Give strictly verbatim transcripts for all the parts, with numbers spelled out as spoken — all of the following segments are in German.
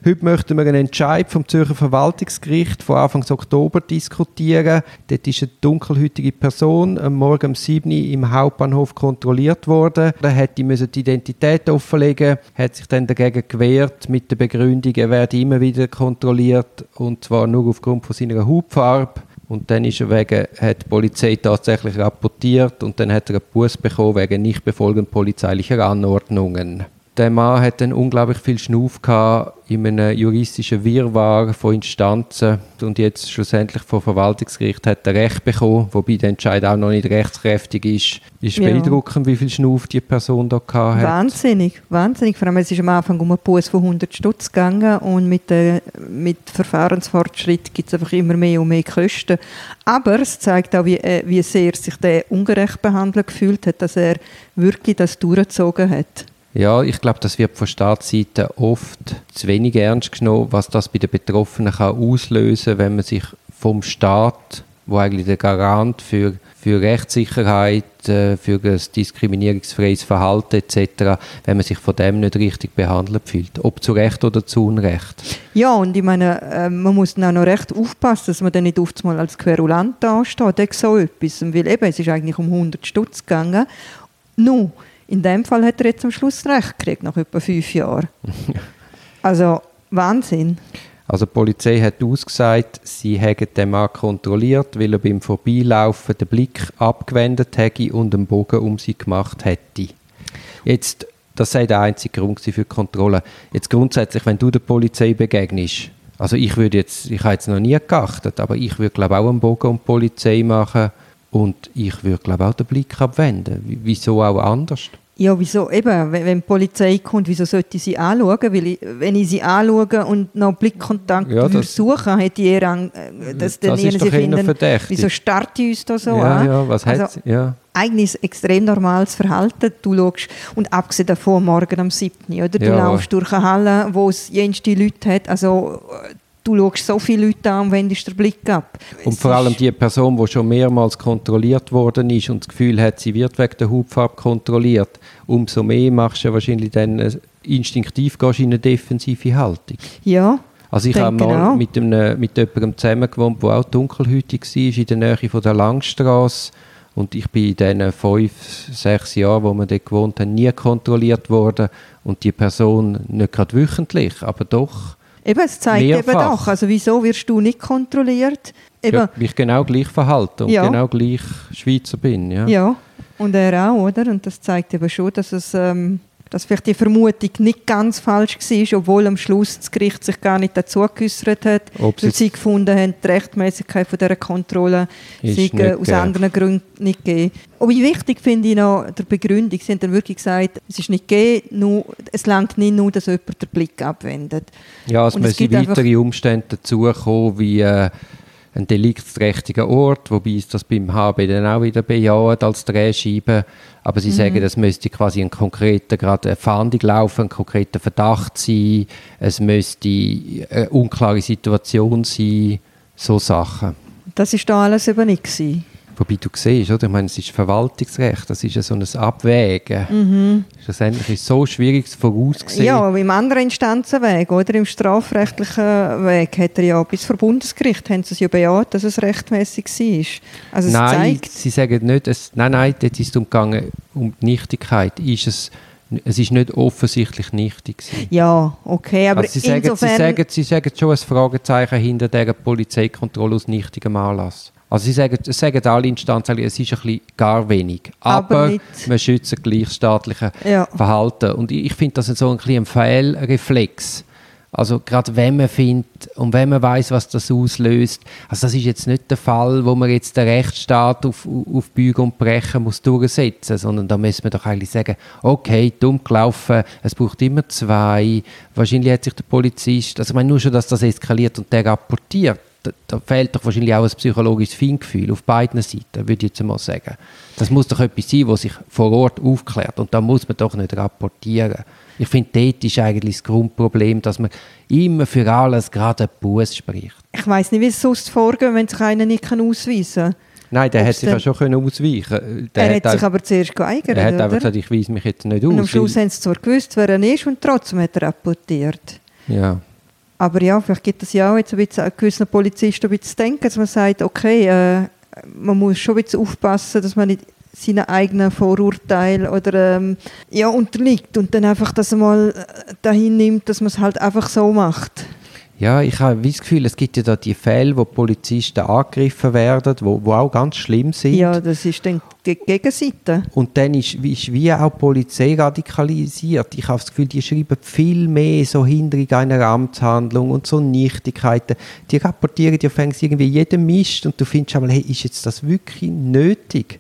Heute möchten wir einen Entscheid vom Zürcher Verwaltungsgericht von Anfang Oktober diskutieren. Dort ist eine dunkelhäutige Person am Morgen um sieben Uhr im Hauptbahnhof kontrolliert worden. Er hätte die Identität offenlegen, hat sich dann dagegen gewehrt mit der Begründung, er werde immer wieder kontrolliert und zwar nur aufgrund von seiner Hautfarbe. Und dann ist er wegen, hat die Polizei tatsächlich rapportiert und dann hat er einen Buß bekommen wegen Nichtbefolgen polizeilicher Anordnungen. Der Mann hat dann unglaublich viel Schnuff gehabt in einem juristischen Wirrwarr von Instanzen und jetzt schlussendlich vom Verwaltungsgericht hat er Recht bekommen, wobei der Entscheid auch noch nicht rechtskräftig ist. Ist ja beeindruckend, wie viel Schnuff die Person da gehabt hat. Wahnsinnig, wahnsinnig. Vor allem, es ist am Anfang um einen Buß von hundert Stutz gegangen und mit, äh, mit Verfahrensfortschritt gibt es einfach immer mehr und mehr Kosten. Aber es zeigt auch, wie, äh, wie sehr sich der ungerecht behandelt gefühlt hat, dass er wirklich das durchgezogen hat. Ja, ich glaube, das wird von Staatsseite oft zu wenig ernst genommen, was das bei den Betroffenen kann auslösen kann, wenn man sich vom Staat, wo eigentlich der Garant für, für Rechtssicherheit, für ein diskriminierungsfreies Verhalten et cetera, wenn man sich von dem nicht richtig behandelt fühlt, ob zu Recht oder zu Unrecht. Ja, und ich meine, äh, man muss dann auch noch recht aufpassen, dass man dann nicht oft mal als Querulant dasteht, oder so etwas, weil eben, es ist eigentlich um hundert Stutz gegangen. Nun, in dem Fall hat er jetzt am Schluss Recht gekriegt, nach etwa fünf Jahren. Also, Wahnsinn. Also die Polizei hat ausgesagt, sie hätten den Mann kontrolliert, weil er beim Vorbeilaufen den Blick abgewendet hätte und einen Bogen um sie gemacht hätte. Jetzt, das sei der einzige Grund für die Kontrolle. Jetzt grundsätzlich, wenn du der Polizei begegnest, also ich würde jetzt, ich habe jetzt noch nie geachtet, aber ich würde glaube auch einen Bogen um die Polizei machen und ich würde glaube auch den Blick abwenden. Wieso auch anders? Ja, wieso? Eben, wenn die Polizei kommt, wieso sollte ich sie anschauen? Weil ich, wenn ich sie anschaue und noch Blickkontakt ja, würde suchen, hätte ich eher Angst, dass dann sie finden, wieso starrt die uns da so ja, an? Ja, was also, hat ja. Eigentlich ein extrem normales Verhalten. Du schaust, und abgesehen davon morgen am siebten Oder? Du ja. laufst durch eine Halle, wo es jenste Leute hat. Also, du schaust so viele Leute an und wendest den Blick ab. Und es vor allem die Person, die schon mehrmals kontrolliert worden ist und das Gefühl hat, sie wird wegen der Hautfarbe kontrolliert, umso mehr machst du wahrscheinlich dann instinktiv gehst in eine defensive Haltung. Ja, also ich habe mal genau. mit, einem, mit jemandem zusammen gewohnt, der auch dunkelhäutig war, in der Nähe von der Langstrasse. Und ich bin in diesen fünf, sechs Jahren, wo wir dort gewohnt haben, nie kontrolliert worden. Und die Person nicht gerade wöchentlich, aber doch eben, es zeigt mehrfach. Eben doch. Also wieso wirst du nicht kontrolliert? Eben. Ja, weil ich genau gleich verhalte und ja. genau gleich Schweizer bin. Ja. ja, und er auch, oder? Und das zeigt eben schon, dass es... Ähm dass vielleicht die Vermutung nicht ganz falsch war, obwohl am Schluss das Gericht sich gar nicht dazu geäussert hat, Ob weil sie gefunden haben, die Rechtmäßigkeit von dieser Kontrolle sei aus anderen Gründen nicht gegeben. Aber wichtig finde ich noch der Begründung. Sie haben dann wirklich gesagt, es ist nicht gegeben, nur, es reicht nicht nur, dass jemand den Blick abwendet. Ja, es müssen weitere Umstände dazukommen, wie äh, ein deliktsträchtiger Ort, wobei es das beim H B dann auch wieder bejaht als Drehscheibe. Aber sie mhm. sagen, es müsste quasi ein konkreter, gerade eine Fahndung laufen, ein konkreter Verdacht sein, es müsste eine unklare Situation sein, so Sachen. Das war da alles eben nicht gewesen. Wobei du siehst, oder? Ich meine, es ist Verwaltungsrecht, das ist ja so ein Abwägen. Mhm. Schlussendlich ist es so schwierig vorauszusehen. Ja, aber im anderen Instanzenweg, oder im strafrechtlichen Weg, hat er ja bis vor Bundesgericht haben sie es ja bejaht, dass es rechtmäßig war. Also es nein, zeigt, sie sagen nicht, es, nein, nein, dort ist es umgegangen, um die Nichtigkeit. Ist es, es ist nicht offensichtlich nichtig gewesen. Ja, okay, aber also sie, sagen, insofern... sie, sagen, sie sagen schon ein Fragezeichen hinter dieser Polizeikontrolle aus nichtigem Anlass. Also sie sagen, sagen alle Instanzen, es ist ein bisschen gar wenig. Aber, aber wir schützen gleich staatliche ja. Verhalten. Und ich finde das so ein bisschen ein Fehlreflex. Also gerade wenn man findet und wenn man weiss, was das auslöst. Also das ist jetzt nicht der Fall, wo man jetzt den Rechtsstaat auf, auf Bügen und Brechen muss durchsetzen muss, sondern da müssen wir doch eigentlich sagen, okay, dumm gelaufen, es braucht immer zwei. Wahrscheinlich hat sich der Polizist, also ich meine nur schon, dass das eskaliert und der rapportiert. Da, da fehlt doch wahrscheinlich auch ein psychologisches Feingefühl auf beiden Seiten, würde ich jetzt mal sagen. Das muss doch etwas sein, was sich vor Ort aufklärt und da muss man doch nicht rapportieren. Ich finde, dort ist eigentlich das Grundproblem, dass man immer für alles gerade einen Buß spricht. Ich weiss nicht, wie es sonst vorgeht, wenn sich einer nicht ausweisen kann. Nein, der hätte sich ja schon können ausweichen der Er hat sich aber zuerst geeigert, Er hat oder? einfach gesagt, ich weise mich jetzt nicht aus. Und am Schluss haben sie zwar gewusst, wer er ist und trotzdem hat er rapportiert. Ja. Aber ja, vielleicht gibt es ja auch jetzt ein bisschen gewissen Polizisten ein bisschen zu denken, dass man sagt, okay, äh, man muss schon ein bisschen aufpassen, dass man nicht seinen eigenen Vorurteilen oder ähm, ja, unterliegt und dann einfach das mal dahin nimmt, dass man es halt einfach so macht. Ja, ich habe das Gefühl, es gibt ja da die Fälle, wo Polizisten angegriffen werden, wo, wo auch ganz schlimm sind. Ja, das ist dann die Gegenseite. Und dann ist, ist wie auch die Polizei radikalisiert. Ich habe das Gefühl, die schreiben viel mehr so Hinderung einer Amtshandlung und so Nichtigkeiten. Die rapportieren ja irgendwie jeden Mist und du findest einmal, hey, ist jetzt das wirklich nötig?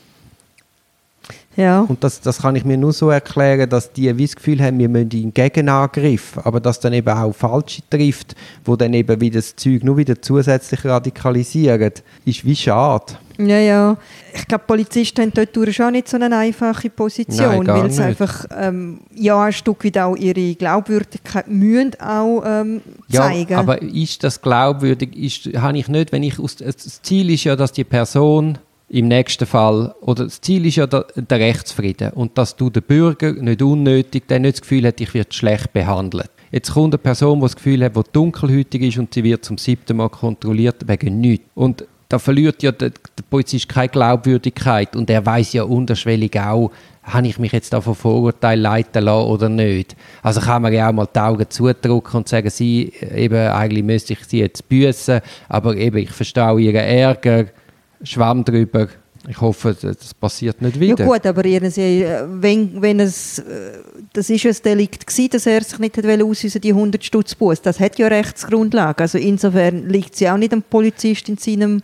Ja. Und das, das kann ich mir nur so erklären, dass die wie das Gefühl haben, wir müssen einen Gegenangriff, aber dass dann eben auch Falsche trifft, wo dann eben wieder das Zeug nur wieder zusätzlich radikalisieren, ist wie schade. Ja, ja. Ich glaube, Polizisten haben dort schon nicht so eine einfache Position, Nein, weil sie einfach ähm, ja, ein Stück weit auch ihre Glaubwürdigkeit müssen auch ähm, zeigen. Ja, aber ist das glaubwürdig? Ist, habe ich nicht, wenn ich aus, das Ziel ist ja, dass die Person im nächsten Fall, oder das Ziel ist ja der, der Rechtsfrieden und dass du den Bürger nicht unnötig, der nicht das Gefühl hat, ich werde schlecht behandelt. Jetzt kommt eine Person, die das Gefühl hat, die dunkelhäutig ist und sie wird zum siebten Mal kontrolliert wegen nichts. Und da verliert ja der, der Polizist keine Glaubwürdigkeit und er weiß ja unterschwellig auch, habe ich mich jetzt da von Vorurteilen leiten lassen oder nicht. Also kann man ja auch mal die Augen zudrücken und sagen, sie, eben, eigentlich müsste ich sie jetzt büssen, aber eben, ich verstehe auch ihren Ärger, Schwamm drüber. Ich hoffe, das passiert nicht wieder. Ja gut, aber irgendwie, wenn, wenn es, das ist ein Delikt gewesen, dass er sich nicht ausweisen, die hundert Stutz Buß. Das hat ja Rechtsgrundlage. Also insofern liegt sie auch nicht am Polizist in seinem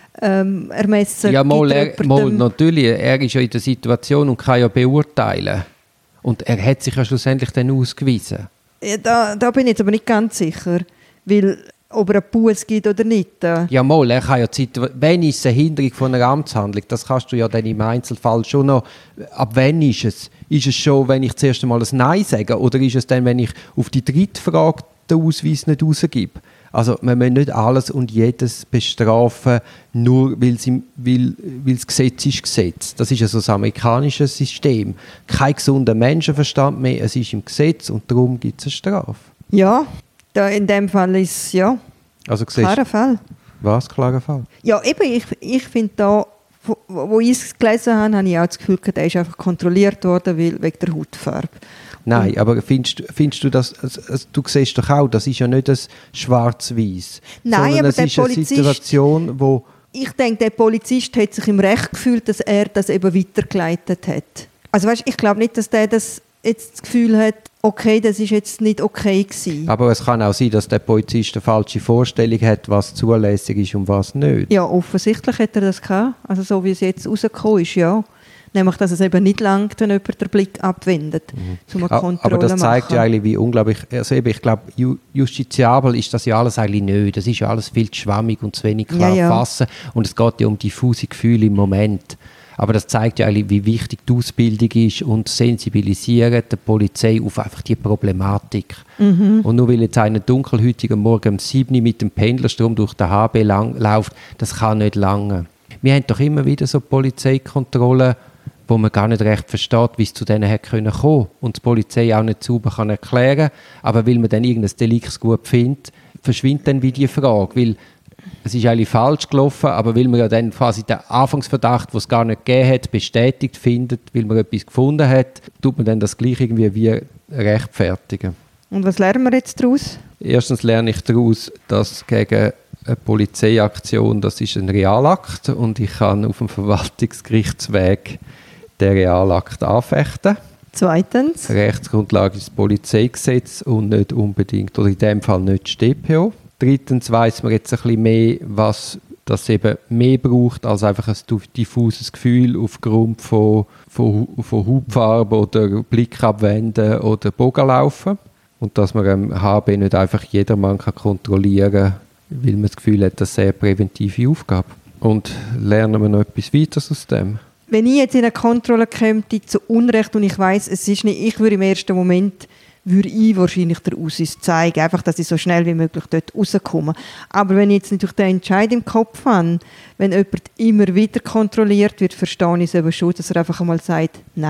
ähm, Ermessen. Ja, mal, er, mal, natürlich. Er ist ja in der Situation und kann ja beurteilen. Und er hat sich ja schlussendlich dann ausgewiesen. Ja, da, da bin ich jetzt aber nicht ganz sicher. Weil ob er einen Buß gibt oder nicht. Äh. Ja, mal, er kann ja die Situation, wenn ist es eine Hinderung von einer Amtshandlung, das kannst du ja dann im Einzelfall schon noch, ab wann ist es? Ist es schon, wenn ich zuerst einmal ein Nein sage, oder ist es dann, wenn ich auf die dritte Frage den Ausweis nicht rausgebe? Also man muss nicht alles und jedes bestrafen, nur weil, sie, weil, weil das Gesetz ist Gesetz. Das ist ja so das amerikanische System. Kein gesunder Menschenverstand mehr, es ist im Gesetz und darum gibt es eine Strafe. Ja. Da in dem Fall ist es ja also, klarer Fall. Was, klarer Fall? Ja, eben, ich, ich finde da, wo, wo ich es gelesen habe, habe ich auch das Gefühl, der ist einfach kontrolliert worden weil, wegen der Hautfarbe. Nein, und aber findest, findest du das, also, also, du siehst doch auch, das ist ja nicht das Schwarz-Weiß. Nein, aber es der ist eine Polizist, Situation, wo... Ich denke, der Polizist hat sich im Recht gefühlt, dass er das eben weitergeleitet hat. Also weißt, ich glaube nicht, dass der das jetzt das Gefühl hat, okay, das ist jetzt nicht okay gewesen. Aber es kann auch sein, dass der Polizist eine falsche Vorstellung hat, was zulässig ist und was nicht. Ja, offensichtlich hat er das gehabt. Also so wie es jetzt rausgekommen ist, ja. Nämlich, dass es eben nicht langt, wenn jemand den Blick abwendet, mhm. um eine Kontrolle Aber das zeigt machen. ja eigentlich, wie unglaublich, also eben, ich glaube, ju, justiziabel ist das ja alles eigentlich nicht. Das ist ja alles viel zu schwammig und zu wenig klar ja, ja. fassen. Und es geht ja um diffuse Gefühle im Moment. Aber das zeigt ja eigentlich, wie wichtig die Ausbildung ist und sensibilisieren der Polizei auf einfach die Problematik. Mhm. Und nur weil jetzt einer dunkelhäutig am Morgen um sieben Uhr mit dem Pendlerstrom durch den H B lang, läuft, das kann nicht lange. Wir haben doch immer wieder so Polizeikontrollen, wo man gar nicht recht versteht, wie es zu denen hätte kommen können. Und die Polizei auch nicht sauber kann erklären kann. Aber weil man dann irgendein Delikt gut findet, verschwindet dann wie die Frage. Weil es ist eigentlich falsch gelaufen, aber weil man ja dann quasi den Anfangsverdacht, den es gar nicht gegeben hat, bestätigt findet, weil man etwas gefunden hat, tut man dann das gleich irgendwie wie rechtfertigen. Und was lernen wir jetzt daraus? Erstens lerne ich daraus, dass gegen eine Polizeiaktion, das ist ein Realakt und ich kann auf dem Verwaltungsgerichtsweg den Realakt anfechten. Zweitens? Rechtsgrundlage ist das Polizeigesetz und nicht unbedingt, oder in dem Fall nicht das D P O. Drittens weiss man jetzt ein bisschen mehr, was das eben mehr braucht als einfach ein diffuses Gefühl aufgrund von, von, von Hautfarbe oder Blickabwenden oder Bogenlaufen. Und dass man am H B nicht einfach jedermann kann kontrollieren kann, weil man das Gefühl hat, das ist eine sehr präventive Aufgabe. Und lernen wir noch etwas weiteres aus dem? Wenn ich jetzt in eine Kontrolle käme, zu Unrecht, und ich weiss, es ist nicht, ich würde im ersten Moment würde ich wahrscheinlich den Ausweis zeigen, einfach, dass ich so schnell wie möglich dort rauskomme. Aber wenn ich jetzt nicht durch den Entscheid im Kopf habe, wenn jemand immer wieder kontrolliert wird, verstehe ich es eben schon, dass er einfach einmal sagt, nein.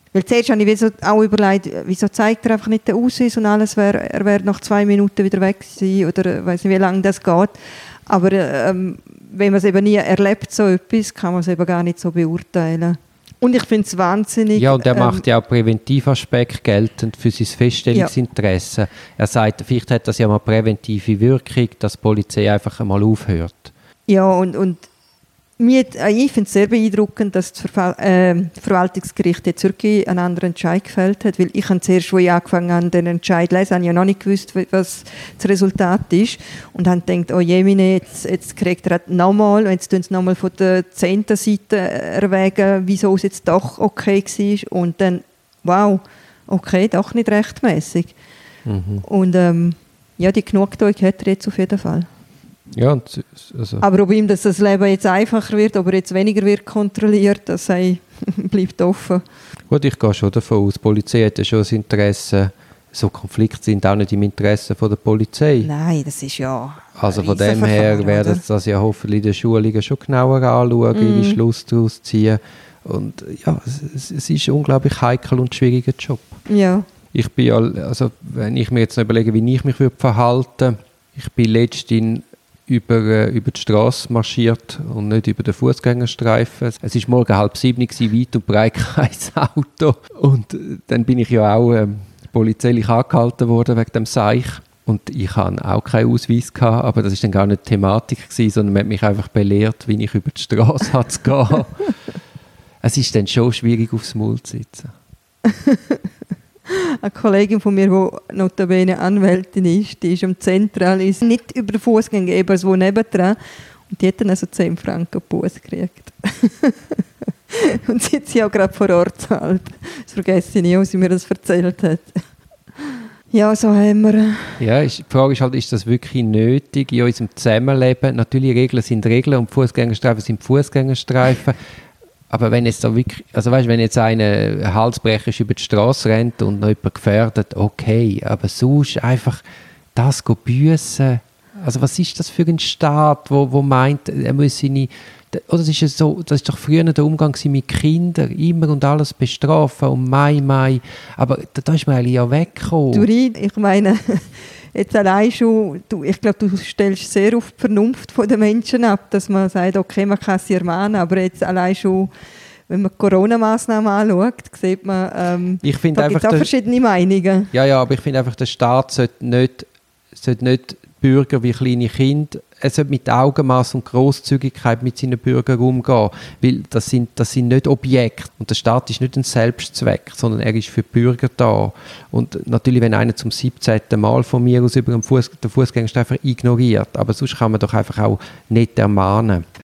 Weil zuerst habe ich so auch überlegt, wieso zeigt er einfach nicht den Ausweis und alles, wär, er wäre nach zwei Minuten wieder weg gewesen oder ich weiss nicht, wie lange das geht. Aber ähm, wenn man es eben nie erlebt, so etwas, kann man es eben gar nicht so beurteilen. Und ich finde es wahnsinnig... Ja, und er ähm, macht ja auch Präventivaspekt geltend für sein Feststellungsinteresse. Ja. Er sagt, vielleicht hat das ja mal präventive Wirkung, dass die Polizei einfach einmal aufhört. Ja, und, und mir, ich finde es sehr beeindruckend, dass das Verfall, äh, Verwaltungsgericht jetzt wirklich einen anderen Entscheid gefällt hat, weil ich habe zuerst, als ich angefangen habe, den Entscheid zu lesen, habe ich ja noch nicht gewusst, was das Resultat ist und habe gedacht, oh Jemine, jetzt, jetzt kriegt er nochmal, und jetzt tun sie nochmal von der zehnten Seite erwägen, wieso es jetzt doch okay war und dann, wow, okay, doch nicht rechtmäßig. Mhm. Und ähm, ja, die Genugtuung hat er jetzt auf jeden Fall. Ja, und, also. Aber ob ihm das, das Leben jetzt einfacher wird, ob er jetzt weniger wird kontrolliert, das sei, bleibt offen. Gut, ich gehe schon davon aus, die Polizei hat ja schon das Interesse, so Konflikte sind auch nicht im Interesse von der Polizei. Nein, das ist ja also von dem her werden sie das ja hoffentlich in den Schulungen schon genauer anschauen, mm. ihre Schluss daraus ziehen. Und ja, es, es ist ein unglaublich heikel und schwieriger Job. Ja. Ich bin ja, also wenn ich mir jetzt noch überlege, wie ich mich verhalten würde, ich bin letztens über, äh, über die Straße marschiert und nicht über den Fußgängerstreifen. Es war morgen halb sieben, weit und breit kein Auto. Und äh, dann bin ich ja auch ähm, polizeilich angehalten worden wegen dem Seich. Und ich hatte auch keinen Ausweis gehabt, aber das war dann gar nicht die Thematik gewesen, sondern man hat mich einfach belehrt, wie ich über die Straße hatte zu gehen. Es ist dann schon schwierig, aufs Maul zu sitzen. Eine Kollegin von mir, die notabene Anwältin ist, die ist am Zentral, ist nicht über den Fußgänger, eben so nebendran. Und die hat dann also zehn Franken Buß gekriegt. Und sie hat sie auch gerade vor Ort gezahlt. Das vergesse ich nie, als sie mir das erzählt hat. Ja, so haben wir... Ja, ist, die Frage ist halt, ist das wirklich nötig in unserem Zusammenleben? Natürlich, Regeln sind Regeln und Fußgängerstreifen sind Fußgängerstreifen. Aber wenn jetzt da wirklich, also weißt, wenn jetzt einer halsbrecherisch über die Straße rennt und noch jemand gefährdet, okay, aber sonst einfach das büssen. Also was ist das für ein Staat, wo, wo meint, er muss seine, oder das ist ja so, das ist doch früher der Umgang mit Kindern, immer und alles bestrafen und Mai, Mai, aber da, da ist man eigentlich ja weggekommen. Du, ich meine, jetzt allein schon, du, ich glaube, du stellst sehr auf die Vernunft der Menschen ab, dass man sagt, okay, man kann sie ermahnen, aber jetzt allein schon, wenn man Corona-Massnahmen anschaut, sieht man, ähm, ich da gibt es auch verschiedene Meinungen. Ja, ja, aber ich finde einfach, der Staat sollte nicht, sollte nicht Bürger wie kleine Kinder, er sollte mit Augenmaß und Grosszügigkeit mit seinen Bürgern umgehen, weil das sind, das sind nicht Objekte und der Staat ist nicht ein Selbstzweck, sondern er ist für die Bürger da. Und natürlich, wenn einer zum siebzehnten Mal von mir aus über den, Fuß, den Fußgängerstreifen ignoriert, aber sonst kann man doch einfach auch nicht ermahnen.